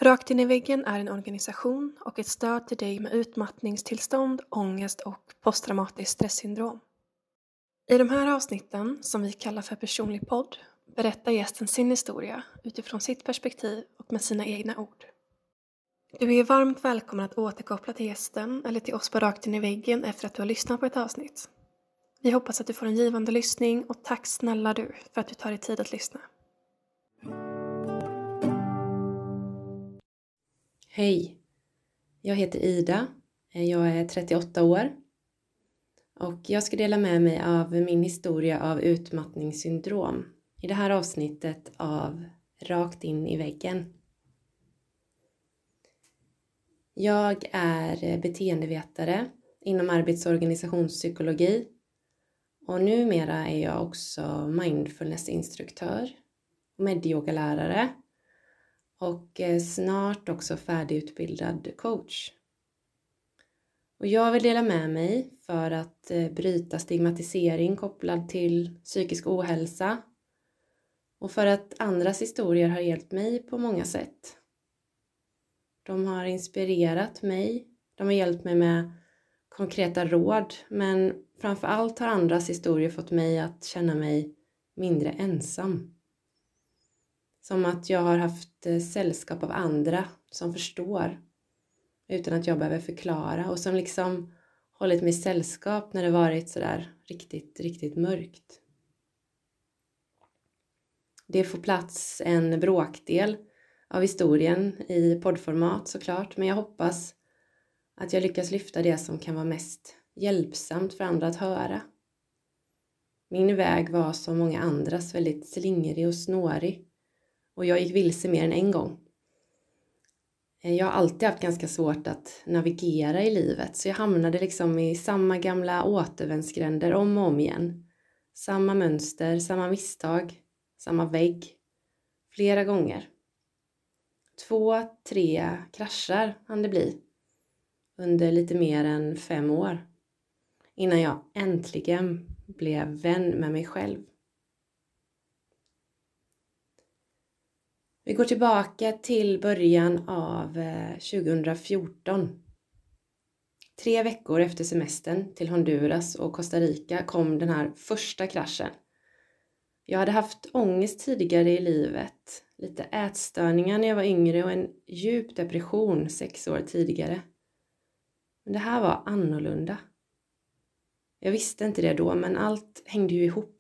Rakt in i väggen är en organisation och ett stöd till dig med utmattningstillstånd, ångest och posttraumatiskt stresssyndrom. I de här avsnitten, som vi kallar för personlig podd, berättar gästen sin historia utifrån sitt perspektiv och med sina egna ord. Du är varmt välkommen att återkoppla till gästen eller till oss på Rakt in i väggen efter att du har lyssnat på ett avsnitt. Vi hoppas att du får en givande lyssning och tack snälla du för att du tar dig tid att lyssna. Hej, jag heter Ida, jag är 38 år och jag ska dela med mig av min historia av utmattningssyndrom i det här avsnittet av Rakt in i väggen. Jag är beteendevetare inom arbets- och organisationspsykologi och numera är jag också mindfulnessinstruktör och medyogalärare och snart också färdigutbildad coach. Och jag vill dela med mig för att bryta stigmatisering kopplad till psykisk ohälsa och för att andras historier har hjälpt mig på många sätt. De har inspirerat mig, de har hjälpt mig med konkreta råd, men framför allt har andras historier fått mig att känna mig mindre ensam. Som att jag har haft sällskap av andra som förstår utan att jag behöver förklara och som liksom hållit mig sällskap när det varit sådär riktigt mörkt. Det får plats en bråkdel av historien i poddformat såklart, men jag hoppas att jag lyckas lyfta det som kan vara mest hjälpsamt för andra att höra. Min väg var som många andras väldigt slingrig och snårig och jag gick vilse mer än en gång. Jag har alltid haft ganska svårt att navigera i livet, så jag hamnade liksom i samma gamla återvändsgränder om och om igen. Samma mönster, samma misstag, samma vägg. Flera gånger. 2-3 kraschar hann det bli under lite mer än 5 år. Innan jag äntligen blev vän med mig själv. Vi går tillbaka till början av 2014. 3 veckor efter semestern till Honduras och Costa Rica kom den här första kraschen. Jag hade haft ångest tidigare i livet, lite ätstörningar när jag var yngre och en djup depression 6 år tidigare. Men det här var annorlunda. Jag visste inte det då, men allt hängde ju ihop.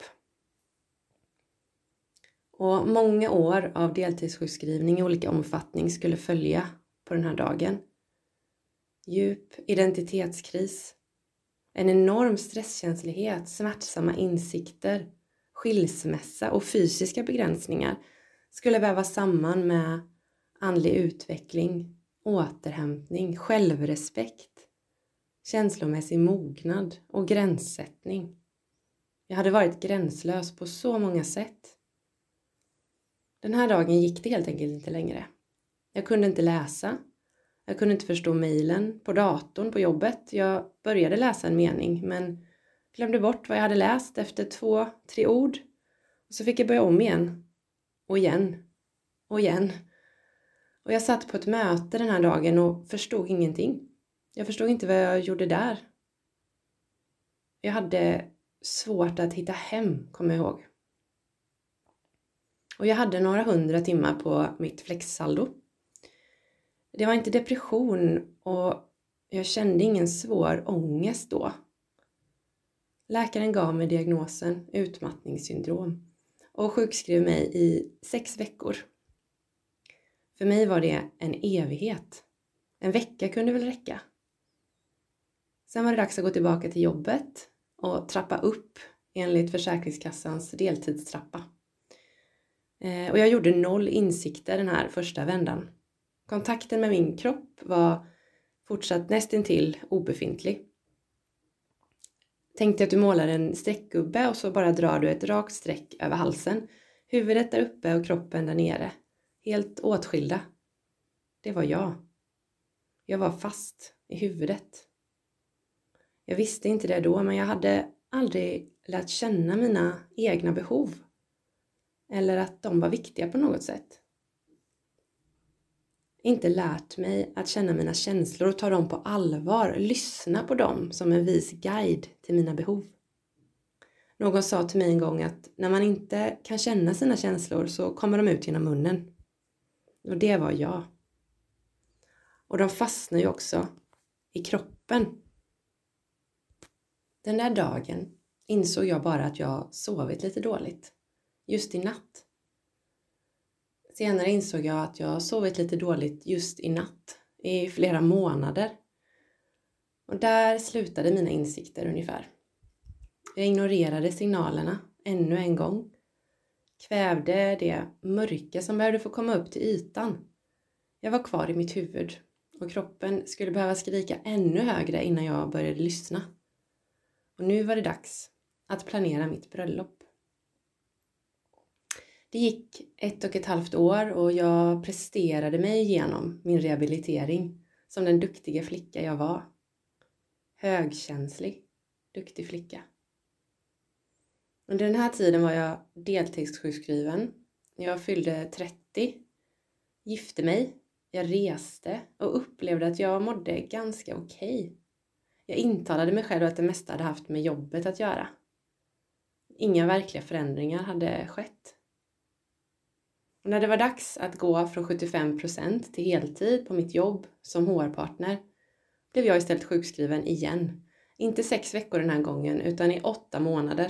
Och många år av deltidssjukskrivning i olika omfattning skulle följa på den här dagen. Djup identitetskris. En enorm stresskänslighet, smärtsamma insikter, skilsmässa och fysiska begränsningar skulle vävas samman med andlig utveckling, återhämtning, självrespekt, känslomässig mognad och gränssättning. Jag hade varit gränslös på så många sätt. Den här dagen gick det helt enkelt inte längre. Jag kunde inte läsa. Jag kunde inte förstå mejlen på datorn på jobbet. Jag började läsa en mening men glömde bort vad jag hade läst efter 2-3 ord. Och så fick jag börja om igen. Och igen. Och igen. Och jag satt på ett möte den här dagen och förstod ingenting. Jag förstod inte vad jag gjorde där. Jag hade svårt att hitta hem, kommer jag ihåg. Och jag hade några 100 timmar på mitt flexsaldo. Det var inte depression och jag kände ingen svår ångest då. Läkaren gav mig diagnosen utmattningssyndrom och sjukskrev mig i 6 veckor. För mig var det en evighet. En vecka kunde väl räcka. Sen var det dags att gå tillbaka till jobbet och trappa upp enligt Försäkringskassans deltidstrappa. Och jag gjorde 0 insikter den här första vändan. Kontakten med min kropp var fortsatt nästintill obefintlig. Tänkte att du målar en streckgubbe och så bara drar du ett rakt streck över halsen. Huvudet där uppe och kroppen där nere. Helt åtskilda. Det var jag. Jag var fast i huvudet. Jag visste inte det då, men jag hade aldrig lärt känna mina egna behov. Eller att de var viktiga på något sätt. inte lärt mig att känna mina känslor och ta dem på allvar. Lyssna på dem som en vis guide till mina behov. Någon sa till mig en gång att när man inte kan känna sina känslor så kommer de ut genom munnen. Och det var jag. Och de fastnar ju också i kroppen. Den där dagen insåg jag bara att jag sovit lite dåligt. Just i natt. Senare insåg jag att jag sovit lite dåligt just i natt. I flera månader. Och där slutade mina insikter ungefär. Jag ignorerade signalerna ännu en gång. Kvävde det mörka som behövde få komma upp till ytan. Jag var kvar i mitt huvud. Och kroppen skulle behöva skrika ännu högre innan jag började lyssna. Och nu var det dags att planera mitt bröllop. Det gick 1,5 år och jag presterade mig igenom min rehabilitering som den duktiga flicka jag var. Högkänslig, duktig flicka. Under den här tiden var jag deltidssjukskriven. Jag fyllde 30, gifte mig, jag reste och upplevde att jag mådde ganska okej. Jag intalade mig själv att det mesta hade haft med jobbet att göra. Inga verkliga förändringar hade skett. Och när det var dags att gå från 75% till heltid på mitt jobb som HR-partner blev jag istället sjukskriven igen. Inte 6 veckor den här gången utan i 8 månader.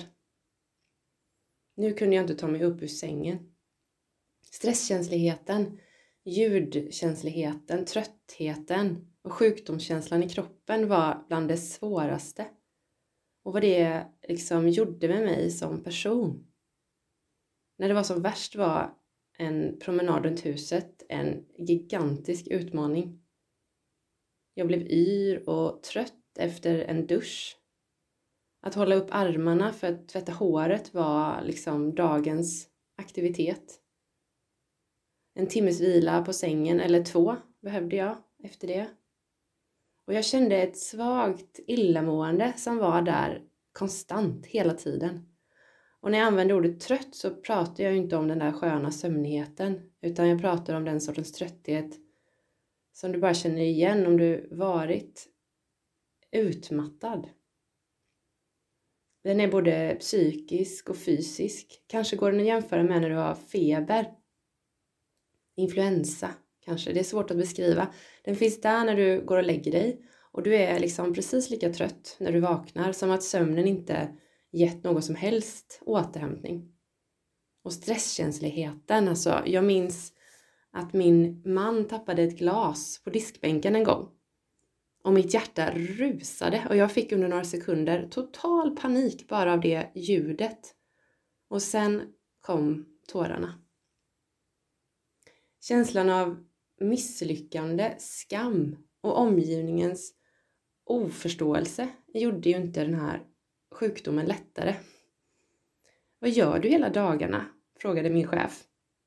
Nu kunde jag inte ta mig upp ur sängen. Stresskänsligheten, ljudkänsligheten, tröttheten och sjukdomskänslan i kroppen var bland det svåraste. Och vad det liksom gjorde med mig som person. När det var som värst var en promenad runt huset en gigantisk utmaning. Jag blev yr och trött efter en dusch. Att hålla upp armarna för att tvätta håret var liksom dagens aktivitet. En timmes vila på sängen eller 2 behövde jag efter det. Och jag kände ett svagt illamående som var där konstant hela tiden. Och när jag använde ordet trött så pratar jag inte om den där sköna sömnigheten. Utan jag pratar om den sortens trötthet som du bara känner igen om du varit utmattad. Den är både psykisk och fysisk. Kanske går den att jämföra med när du har feber. Influensa kanske. Det är svårt att beskriva. Den finns där när du går och lägger dig. Och du är liksom precis lika trött när du vaknar. Som att sömnen inte gett någon som helst återhämtning. Och stresskänsligheten. Alltså jag minns att min man tappade ett glas på diskbänken en gång. Och mitt hjärta rusade och jag fick under några sekunder total panik bara av det ljudet. Och sen kom tårarna. Känslan av misslyckande, skam och omgivningens oförståelse gjorde ju inte den här sjukdomen lättare. Vad gör du hela dagarna? Frågade min chef.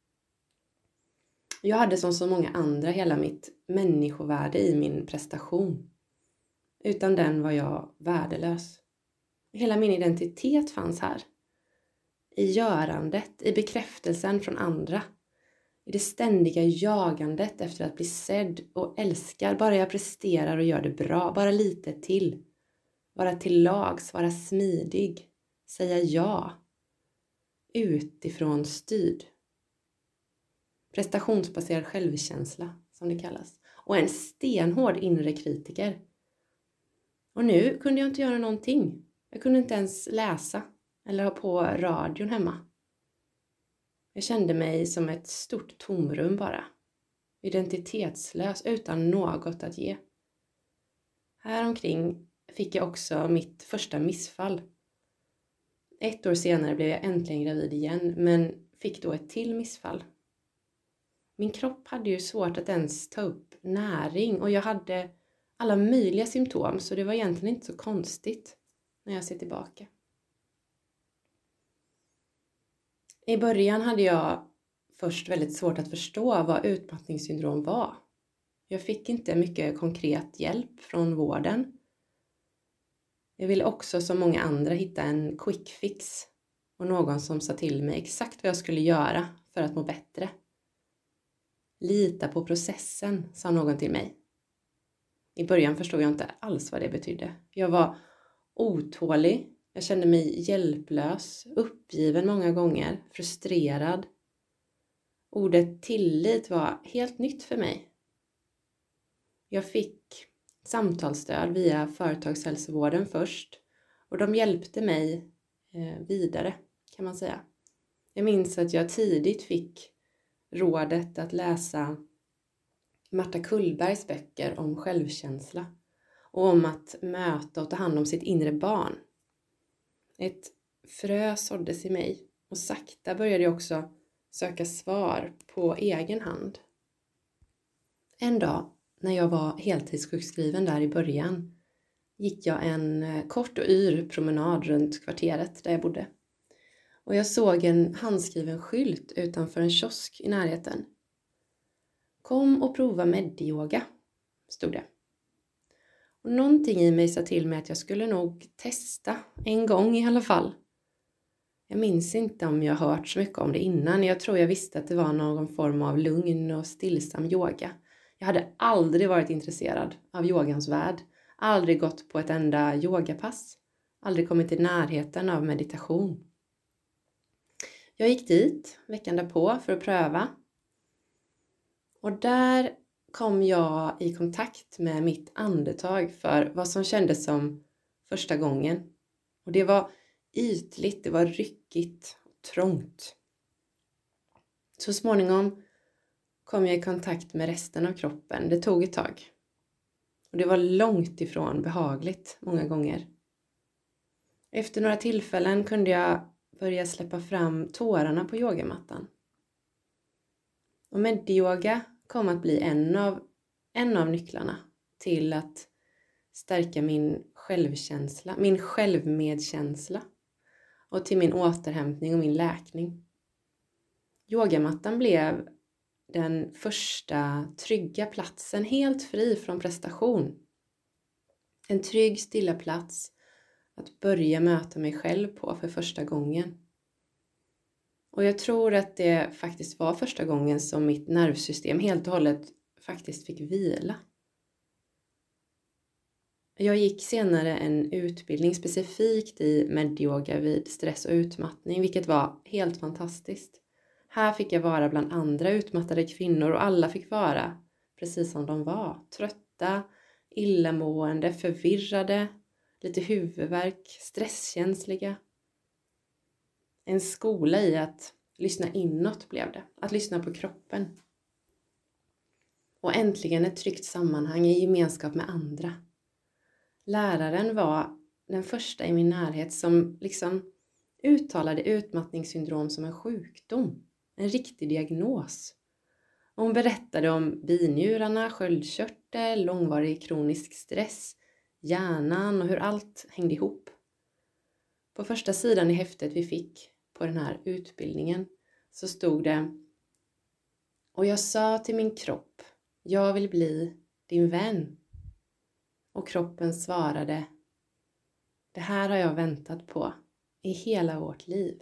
Jag hade som så många andra hela mitt människovärde i min prestation. Utan den var jag värdelös. Hela min identitet fanns här. I görandet, i bekräftelsen från andra. I det ständiga jagandet efter att bli sedd och älskad. Bara jag presterar och gör det bra. Bara lite till. Vara till lags, vara smidig. Säga ja. Utifrån styrd. Prestationsbaserad självkänsla som det kallas. Och en stenhård inre kritiker. Och nu kunde jag inte göra någonting. Jag kunde inte ens läsa eller ha på radion hemma. Jag kände mig som ett stort tomrum bara. Identitetslös utan något att ge. Häromkring fick jag också mitt första missfall. 1 år senare blev jag äntligen gravid igen men fick då ett till missfall. Min kropp hade ju svårt att ens ta upp näring och jag hade alla möjliga symptom så det var egentligen inte så konstigt när jag ser tillbaka. I början hade jag först väldigt svårt att förstå vad utmattningssyndrom var. Jag fick inte mycket konkret hjälp från vården. Jag ville också som många andra hitta en quick fix och någon som sa till mig exakt vad jag skulle göra för att må bättre. Lita på processen, sa någon till mig. I början förstod jag inte alls vad det betydde. Jag var otålig. Jag kände mig hjälplös, uppgiven många gånger, frustrerad. Ordet tillit var helt nytt för mig. Jag fick samtalsstöd via företagshälsovården först och de hjälpte mig vidare, kan man säga. Jag minns att jag tidigt fick rådet att läsa Marta Kullbergs böcker om självkänsla och om att möta och ta hand om sitt inre barn. Ett frö såddes i mig och sakta började jag också söka svar på egen hand. En dag när jag var heltidssjukskriven där i början gick jag en kort och yr promenad runt kvarteret där jag bodde. Och jag såg en handskriven skylt utanför en kiosk i närheten. Kom och prova medyoga, stod det. Och någonting i mig sa till mig att jag skulle nog testa en gång i alla fall. Jag minns inte om jag hört så mycket om det innan. Jag tror jag visste att det var någon form av lugn och stillsam yoga. Jag hade aldrig varit intresserad av yogans värld. Aldrig gått på ett enda yogapass. Aldrig kommit i närheten av meditation. Jag gick dit veckan därpå för att pröva. Och där kom jag i kontakt med mitt andetag för vad som kändes som första gången. Och det var ytligt, det var ryckigt och trångt. Så småningom kom jag i kontakt med resten av kroppen. Det tog ett tag. Och det var långt ifrån behagligt många gånger. Efter några tillfällen kunde jag börja släppa fram tårarna på yogamattan. Och medyoga kom att bli en av nycklarna till att stärka min självkänsla, min självmedkänsla och till min återhämtning och min läkning. Yogamattan blev den första trygga platsen, helt fri från prestation. En trygg, stilla plats att börja möta mig själv på för första gången. Och jag tror att det faktiskt var första gången som mitt nervsystem helt och hållet faktiskt fick vila. Jag gick senare en utbildning specifikt i medyoga vid stress och utmattning, vilket var helt fantastiskt. Här fick jag vara bland andra utmattade kvinnor och alla fick vara precis som de var. Trötta, illamående, förvirrade, lite huvudvärk, stresskänsliga. En skola i att lyssna inåt blev det. Att lyssna på kroppen. Och äntligen ett tryggt sammanhang i gemenskap med andra. Läraren var den första i min närhet som liksom uttalade utmattningssyndrom som en sjukdom. En riktig diagnos. Och hon berättade om binjurarna, sköldkörtel, långvarig kronisk stress, hjärnan och hur allt hängde ihop. På första sidan i häftet vi fick på den här utbildningen så stod det: och jag sa till min kropp, jag vill bli din vän. Och kroppen svarade, det här har jag väntat på i hela vårt liv.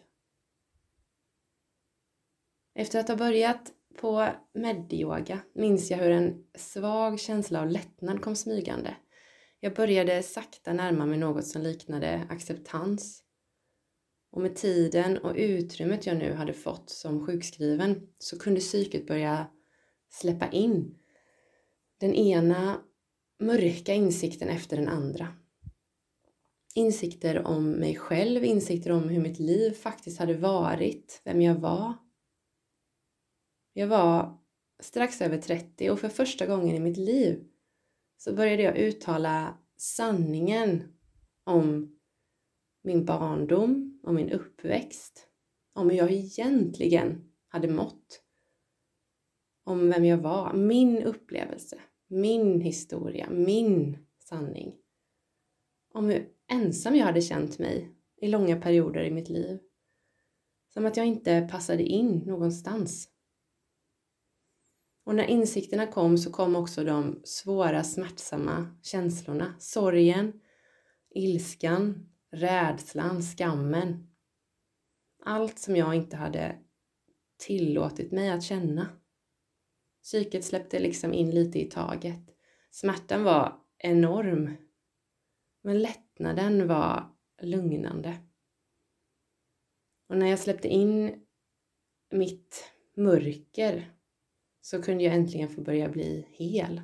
Efter att ha börjat på medyoga minns jag hur en svag känsla av lättnad kom smygande. Jag började sakta närma mig något som liknade acceptans. Och med tiden och utrymmet jag nu hade fått som sjukskriven så kunde psyket börja släppa in den ena mörka insikten efter den andra. Insikter om mig själv, insikter om hur mitt liv faktiskt hade varit, vem jag var. Jag var strax över 30 och för första gången i mitt liv så började jag uttala sanningen om min barndom, om min uppväxt, om hur jag egentligen hade mått, om vem jag var, min upplevelse, min historia, min sanning, om hur ensam jag hade känt mig i långa perioder i mitt liv, som att jag inte passade in någonstans. Och när insikterna kom så kom också de svåra, smärtsamma känslorna, sorgen, ilskan, rädslan, skammen. Allt som jag inte hade tillåtit mig att känna. Psyket släppte liksom in lite i taget. Smärtan var enorm. Men lättnaden var lugnande. Och när jag släppte in mitt mörker så kunde jag äntligen få börja bli hel.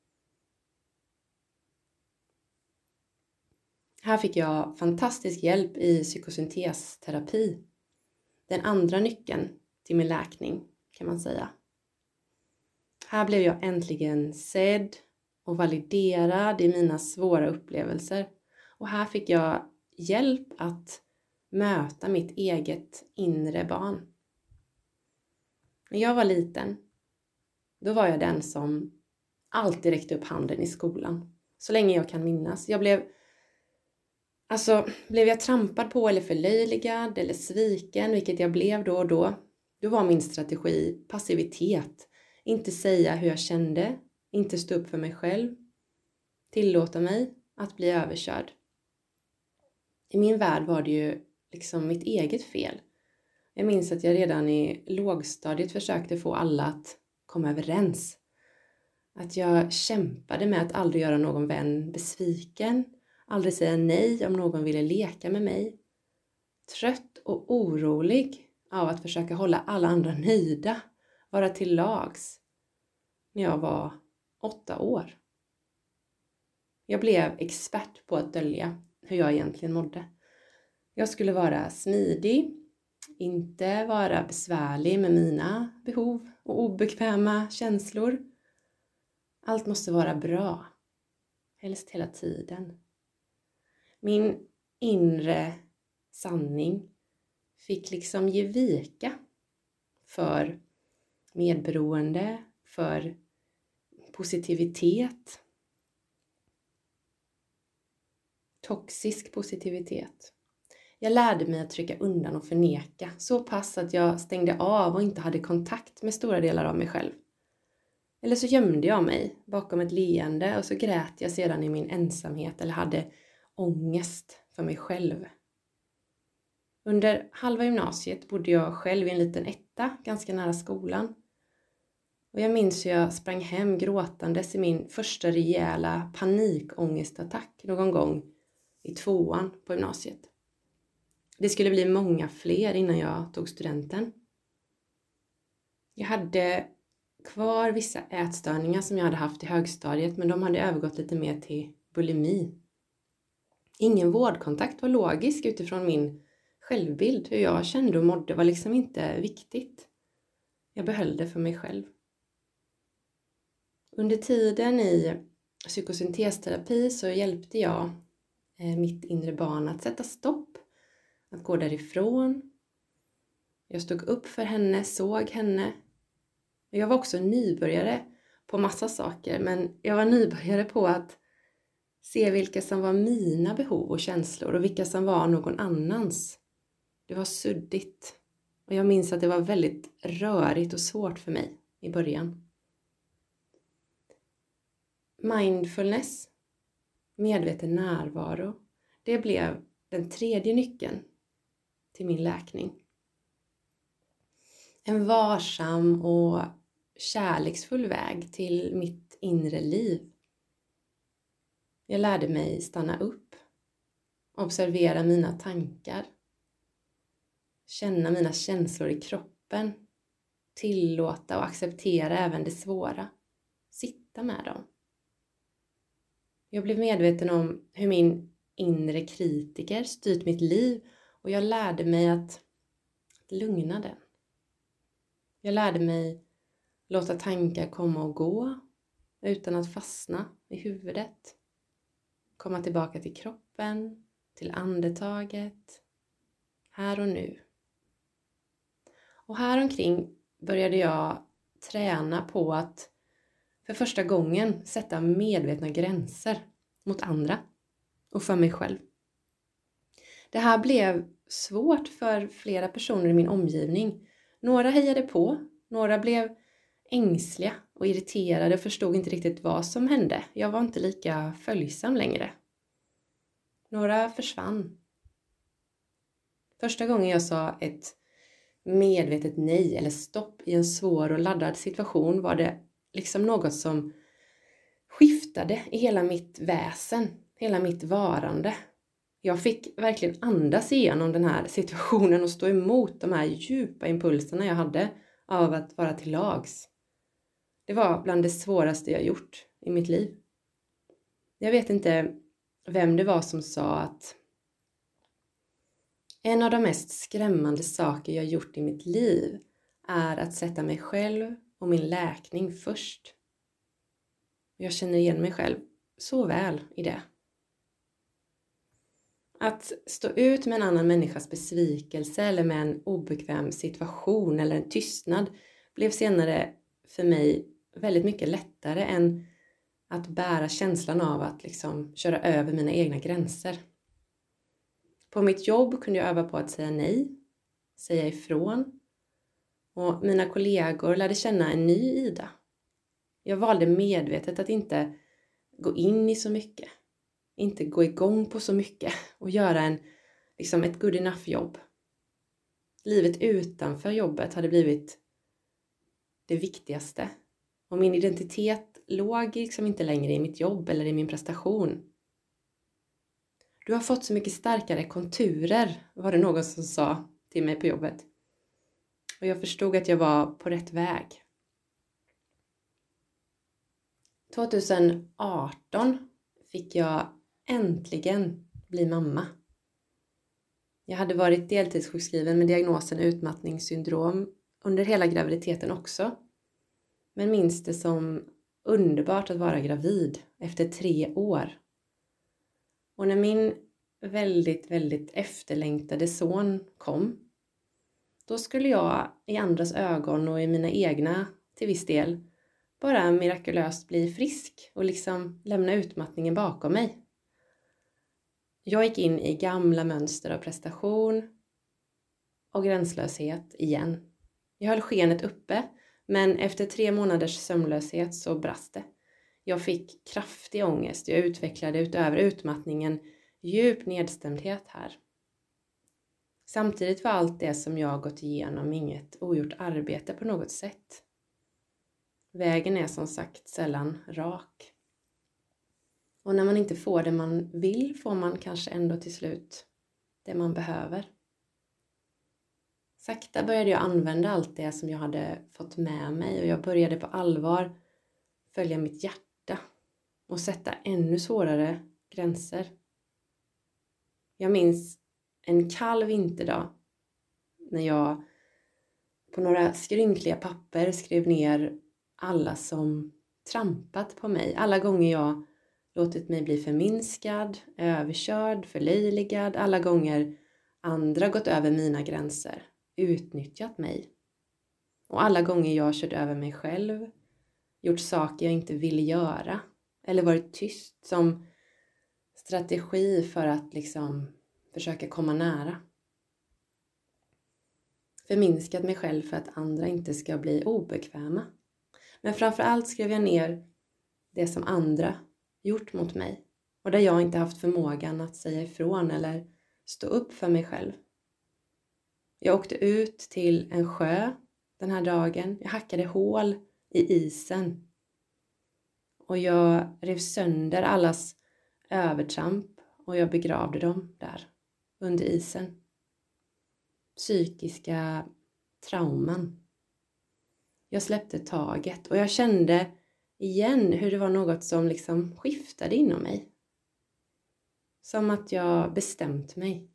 Här fick jag fantastisk hjälp i psykosyntesterapi. Den andra nyckeln till min läkning kan man säga. Här blev jag äntligen sedd och validerad i mina svåra upplevelser. Och här fick jag hjälp att möta mitt eget inre barn. När jag var liten, då var jag den som alltid räckte upp handen i skolan. Så länge jag kan minnas. Blev jag trampad på eller förlöjligad eller sviken, vilket jag blev då och då var min strategi passivitet. Inte säga hur jag kände, inte stå upp för mig själv, tillåta mig att bli överkörd. I min värld var det ju liksom mitt eget fel. Jag minns att jag redan i lågstadiet försökte få alla att komma överens. Att jag kämpade med att aldrig göra någon vän besviken. Aldrig säga nej om någon ville leka med mig. Trött och orolig av att försöka hålla alla andra nöjda. Vara till lags. När jag var 8 år. Jag blev expert på att dölja hur jag egentligen mådde. Jag skulle vara smidig. Inte vara besvärlig med mina behov och obekväma känslor. Allt måste vara bra. Helst hela tiden. Min inre sanning fick liksom ge vika för medberoende, för positivitet. Toxisk positivitet. Jag lärde mig att trycka undan och förneka. Så pass att jag stängde av och inte hade kontakt med stora delar av mig själv. Eller så gömde jag mig bakom ett leende och så grät jag sedan i min ensamhet eller hade ångest för mig själv. Under halva gymnasiet bodde jag själv i en liten etta ganska nära skolan. Och jag minns hur jag sprang hem gråtandes i min första rejäla panikångestattack någon gång i 2:an på gymnasiet. Det skulle bli många fler innan jag tog studenten. Jag hade kvar vissa ätstörningar som jag hade haft i högstadiet, men de hade övergått lite mer till bulimi. Ingen vårdkontakt var logisk utifrån min självbild. Hur jag kände och mådde var liksom inte viktigt. Jag behöll det för mig själv. Under tiden i psykosyntesterapi så hjälpte jag mitt inre barn att sätta stopp. Att gå därifrån. Jag stod upp för henne, såg henne. Jag var också nybörjare på massa saker. Men jag var nybörjare på att se vilka som var mina behov och känslor. Och vilka som var någon annans. Det var suddigt. Och jag minns att det var väldigt rörigt och svårt för mig i början. Mindfulness, medveten närvaro. Det blev den tredje nyckeln till min läkning. En varsam och kärleksfull väg till mitt inre liv. Jag lärde mig stanna upp, observera mina tankar, känna mina känslor i kroppen, tillåta och acceptera även det svåra, sitta med dem. Jag blev medveten om hur min inre kritiker styrt mitt liv och jag lärde mig att lugna den. Jag lärde mig låta tankar komma och gå utan att fastna i huvudet. Komma tillbaka till kroppen, till andetaget, här och nu. Och här omkring började jag träna på att för första gången sätta medvetna gränser mot andra och för mig själv. Det här blev svårt för flera personer i min omgivning. Några hejade på, några blev ängsliga och irriterade och förstod inte riktigt vad som hände. Jag var inte lika följsam längre. Några försvann. Första gången jag sa ett medvetet nej eller stopp i en svår och laddad situation var det liksom något som skiftade i hela mitt väsen, hela mitt varande. Jag fick verkligen andas igenom den här situationen och stå emot de här djupa impulserna jag hade av att vara till lags. Det var bland det svåraste jag gjort i mitt liv. Jag vet inte vem det var som sa att en av de mest skrämmande saker jag gjort i mitt liv är att sätta mig själv och min läkning först. Jag känner igen mig själv så väl i det. Att stå ut med en annan människas besvikelse eller med en obekväm situation eller en tystnad blev senare för mig väldigt mycket lättare än att bära känslan av att liksom köra över mina egna gränser. På mitt jobb kunde jag öva på att säga nej, säga ifrån. Och mina kollegor lärde känna en ny Ida. Jag valde medvetet att inte gå in i så mycket. Inte gå igång på så mycket och göra ett good enough jobb. Livet utanför jobbet hade blivit det viktigaste. Och min identitet låg liksom inte längre i mitt jobb eller i min prestation. Du har fått så mycket starkare konturer, var det någon som sa till mig på jobbet. Och jag förstod att jag var på rätt väg. 2018 fick jag äntligen bli mamma. Jag hade varit deltidssjukskriven med diagnosen utmattningssyndrom under hela graviditeten också. Men minns det som underbart att vara gravid efter 3 år. Och när min väldigt, väldigt efterlängtade son kom, då skulle jag i andras ögon och i mina egna till viss del bara mirakulöst bli frisk och liksom lämna utmattningen bakom mig. Jag gick in i gamla mönster av prestation och gränslöshet igen. Jag höll skenet uppe, men efter 3 månaders sömnlöshet så brast det. Jag fick kraftig ångest. Jag utvecklade utöver utmattningen djup nedstämdhet här. Samtidigt var allt det som jag gått igenom inget ogjort arbete på något sätt. Vägen är som sagt sällan rak. Och när man inte får det man vill får man kanske ändå till slut det man behöver. Sakta började jag använda allt det som jag hade fått med mig och jag började på allvar följa mitt hjärta och sätta ännu svårare gränser. Jag minns en kall vinterdag när jag på några skrynkliga papper skrev ner alla som trampat på mig. Alla gånger jag låtit mig bli förminskad, överkörd, förlöjligad. Alla gånger andra gått över mina gränser, utnyttjat mig. Och alla gånger jag kört över mig själv, gjort saker jag inte ville göra. Eller varit tyst som strategi för att försöka komma nära. Förminskat mig själv för att andra inte ska bli obekväma. Men framförallt skrev jag ner det som andra gjort mot mig. Och där jag inte haft förmågan att säga ifrån eller stå upp för mig själv. Jag åkte ut till en sjö den här dagen. Jag hackade hål i isen. Och jag rev sönder allas övertramp. Och jag begravde dem där under isen. Psykiska trauman. Jag släppte taget och jag kände igen hur det var något som skiftade inom mig. Som att jag bestämt mig.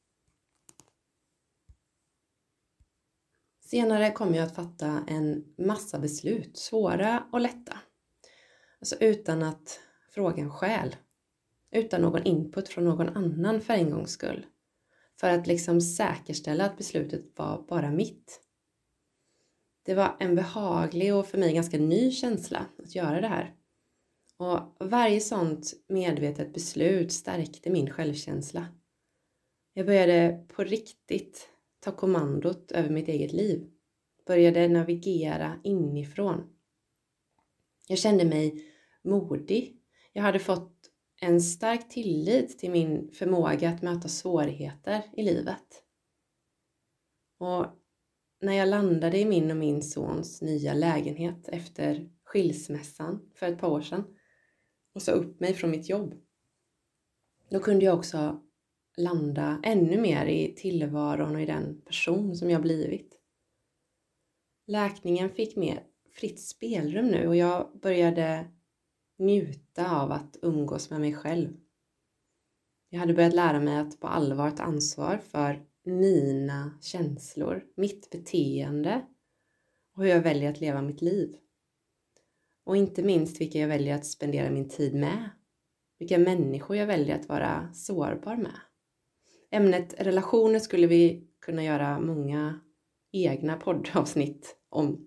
Senare kom jag att fatta en massa beslut, svåra och lätta. Alltså utan att fråga en själ. Utan någon input från någon annan för en gångs skull. För att säkerställa att beslutet var bara mitt. Det var en behaglig och för mig ganska ny känsla att göra det här. Och varje sånt medvetet beslut stärkte min självkänsla. Jag började på riktigt ta kommandot över mitt eget liv. Började navigera inifrån. Jag kände mig modig. Jag hade fått en stark tillit till min förmåga att möta svårigheter i livet. Och när jag landade i min och min sons nya lägenhet efter skilsmässan för ett par år sedan och sa upp mig från mitt jobb. Då kunde jag också landa ännu mer i tillvaron och i den person som jag blivit. Läkningen fick mer fritt spelrum nu och jag började njuta av att umgås med mig själv. Jag hade börjat lära mig att på allvar ta ansvar för mina känslor, mitt beteende och hur jag väljer att leva mitt liv. Och inte minst vilka jag väljer att spendera min tid med. Vilka människor jag väljer att vara sårbar med. Ämnet relationer skulle vi kunna göra många egna poddavsnitt om.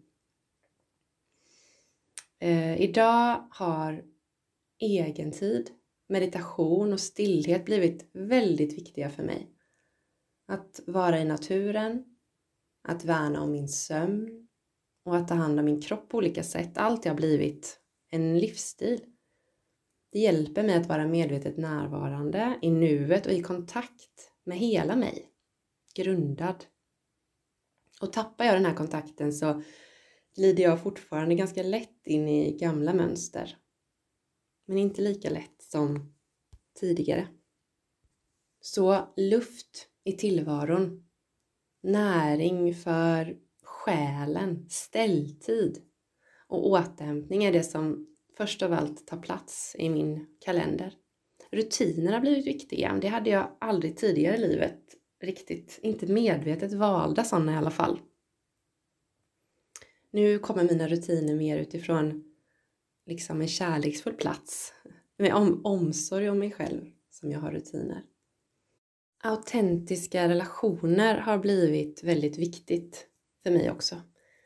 Idag har egentid, meditation och stillhet blivit väldigt viktiga för mig. Att vara i naturen, att värna om min sömn och att ta hand om min kropp på olika sätt. Allt har blivit en livsstil. Det hjälper mig att vara medvetet närvarande i nuet och i kontakt med hela mig. Grundad. Och tappar jag den här kontakten så glider jag fortfarande ganska lätt in i gamla mönster. Men inte lika lätt som tidigare. Så luft i tillvaron. Näring för själen. Ställtid. Och återhämtning är det som först av allt tar plats i min kalender. Rutiner har blivit viktiga. Det hade jag aldrig tidigare i livet riktigt. Inte medvetet valda sådana i alla fall. Nu kommer mina rutiner mer utifrån liksom en kärleksfull plats. Med omsorg om mig själv som jag har rutiner. Autentiska relationer har blivit väldigt viktigt för mig också.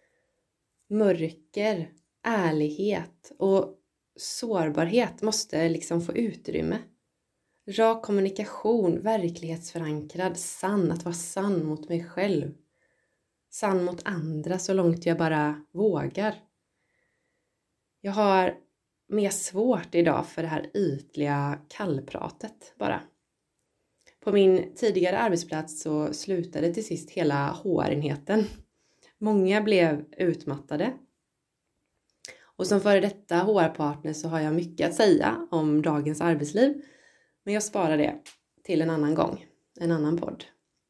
Mörker, ärlighet och sårbarhet måste liksom få utrymme. Rak kommunikation, verklighetsförankrad, sann, att vara sann mot mig själv. Sann mot andra så långt jag bara vågar. Jag har mer svårt idag för det här ytliga kallpratet bara. På min tidigare arbetsplats så slutade till sist hela HR-enheten. Många blev utmattade. Och som före detta HR-partner så har jag mycket att säga om dagens arbetsliv. Men jag sparar det till en annan gång, en annan podd.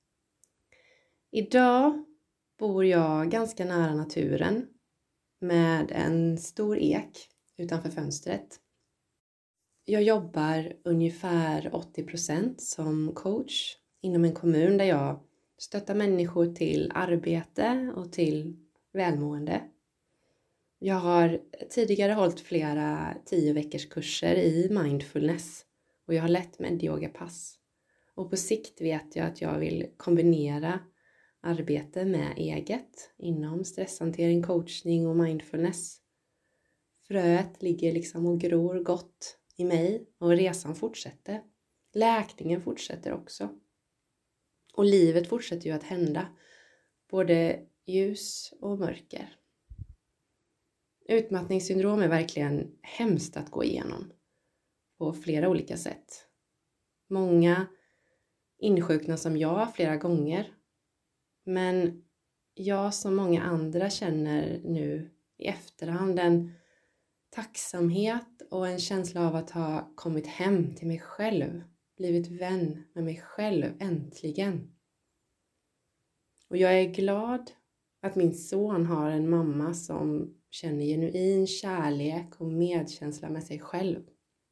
Idag bor jag ganska nära naturen med en stor ek utanför fönstret. Jag jobbar ungefär 80% som coach inom en kommun där jag stöttar människor till arbete och till välmående. Jag har tidigare hållit flera 10 veckors kurser i mindfulness och jag har lett medyogapass. Och på sikt vet jag att jag vill kombinera arbete med eget inom stresshantering, coachning och mindfulness. Fröet ligger liksom och gror gott i mig och resan fortsätter. Läkningen fortsätter också. Och livet fortsätter ju att hända. Både ljus och mörker. Utmattningssyndrom är verkligen hemskt att gå igenom. På flera olika sätt. Många insjuknar som jag flera gånger. Men jag som många andra känner nu i efterhand en tacksamhet och en känsla av att ha kommit hem till mig själv. Blivit vän med mig själv äntligen. Och jag är glad att min son har en mamma som känner genuin kärlek och medkänsla med sig själv.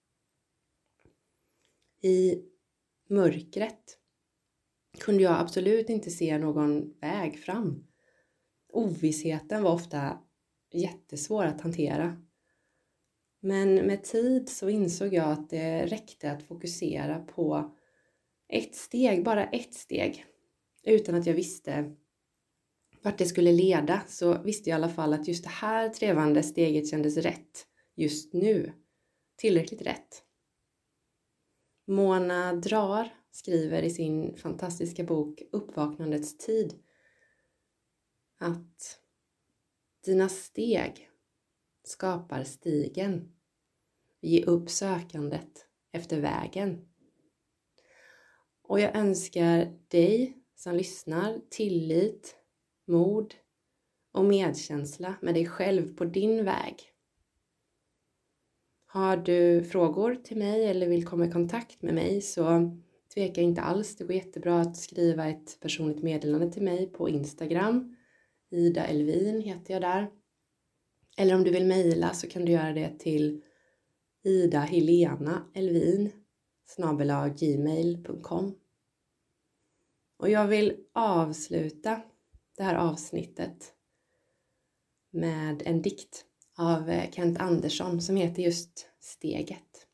I mörkret kunde jag absolut inte se någon väg fram. Ovissheten var ofta jättesvår att hantera. Men med tid så insåg jag att det räckte att fokusera på ett steg, bara ett steg. Utan att jag visste vart det skulle leda så visste jag i alla fall att just det här trevande steget kändes rätt just nu. Tillräckligt rätt. Mona Drar skriver i sin fantastiska bok Uppvaknandets tid att dina steg skapar stigen. Ge upp sökandet efter vägen. Och jag önskar dig som lyssnar tillit, mod och medkänsla med dig själv på din väg. Har du frågor till mig eller vill komma i kontakt med mig så tveka inte alls. Det går jättebra att skriva ett personligt meddelande till mig på Instagram. Ida Elvin heter jag där. Eller om du vill mejla så kan du göra det till idahelena.elvin@gmail.com. Och jag vill avsluta det här avsnittet med en dikt av Kent Andersson som heter just Steget.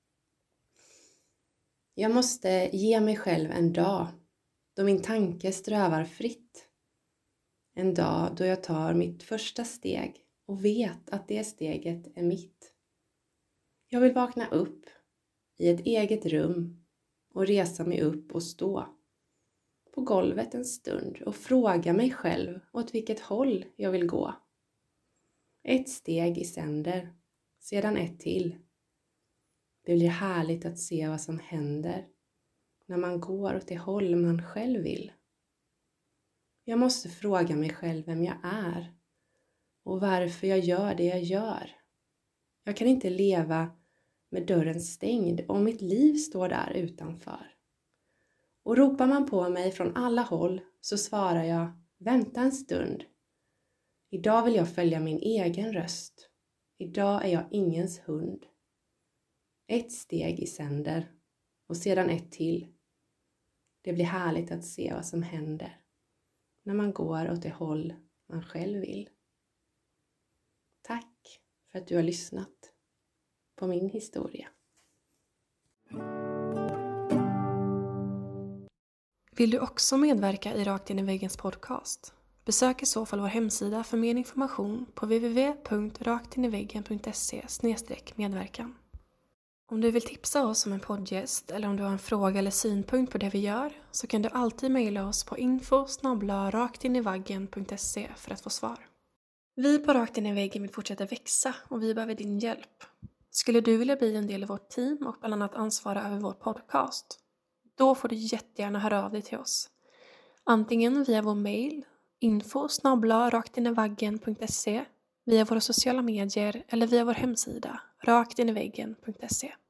Jag måste ge mig själv en dag då min tanke strövar fritt. En dag då jag tar mitt första steg och vet att det steget är mitt. Jag vill vakna upp i ett eget rum och resa mig upp och stå på golvet en stund och fråga mig själv åt vilket håll jag vill gå. Ett steg i sänder, sedan ett till. Det blir härligt att se vad som händer när man går åt det håll man själv vill. Jag måste fråga mig själv vem jag är och varför jag gör det jag gör. Jag kan inte leva med dörren stängd och mitt liv står där utanför. Och ropar man på mig från alla håll så svarar jag, vänta en stund. Idag vill jag följa min egen röst. Idag är jag ingens hund. Ett steg i sänder och sedan ett till. Det blir härligt att se vad som händer när man går åt det håll man själv vill. Tack för att du har lyssnat på min historia. Vill du också medverka i Rakt in i väggens podcast? Besök i så fall vår hemsida för mer information på www.raktiniveggen.se/medverkan. Om du vill tipsa oss om en poddgäst eller om du har en fråga eller synpunkt på det vi gör så kan du alltid mejla oss på info@raktinivaggen.se för att få svar. Vi på Rakt in i väggen vill fortsätta växa och vi behöver din hjälp. Skulle du vilja bli en del av vårt team och bland annat ansvara över vår podcast? Då får du jättegärna höra av dig till oss. Antingen via vår mejl info@raktinivaggen.se, via våra sociala medier eller via vår hemsida raktiniveggen.se.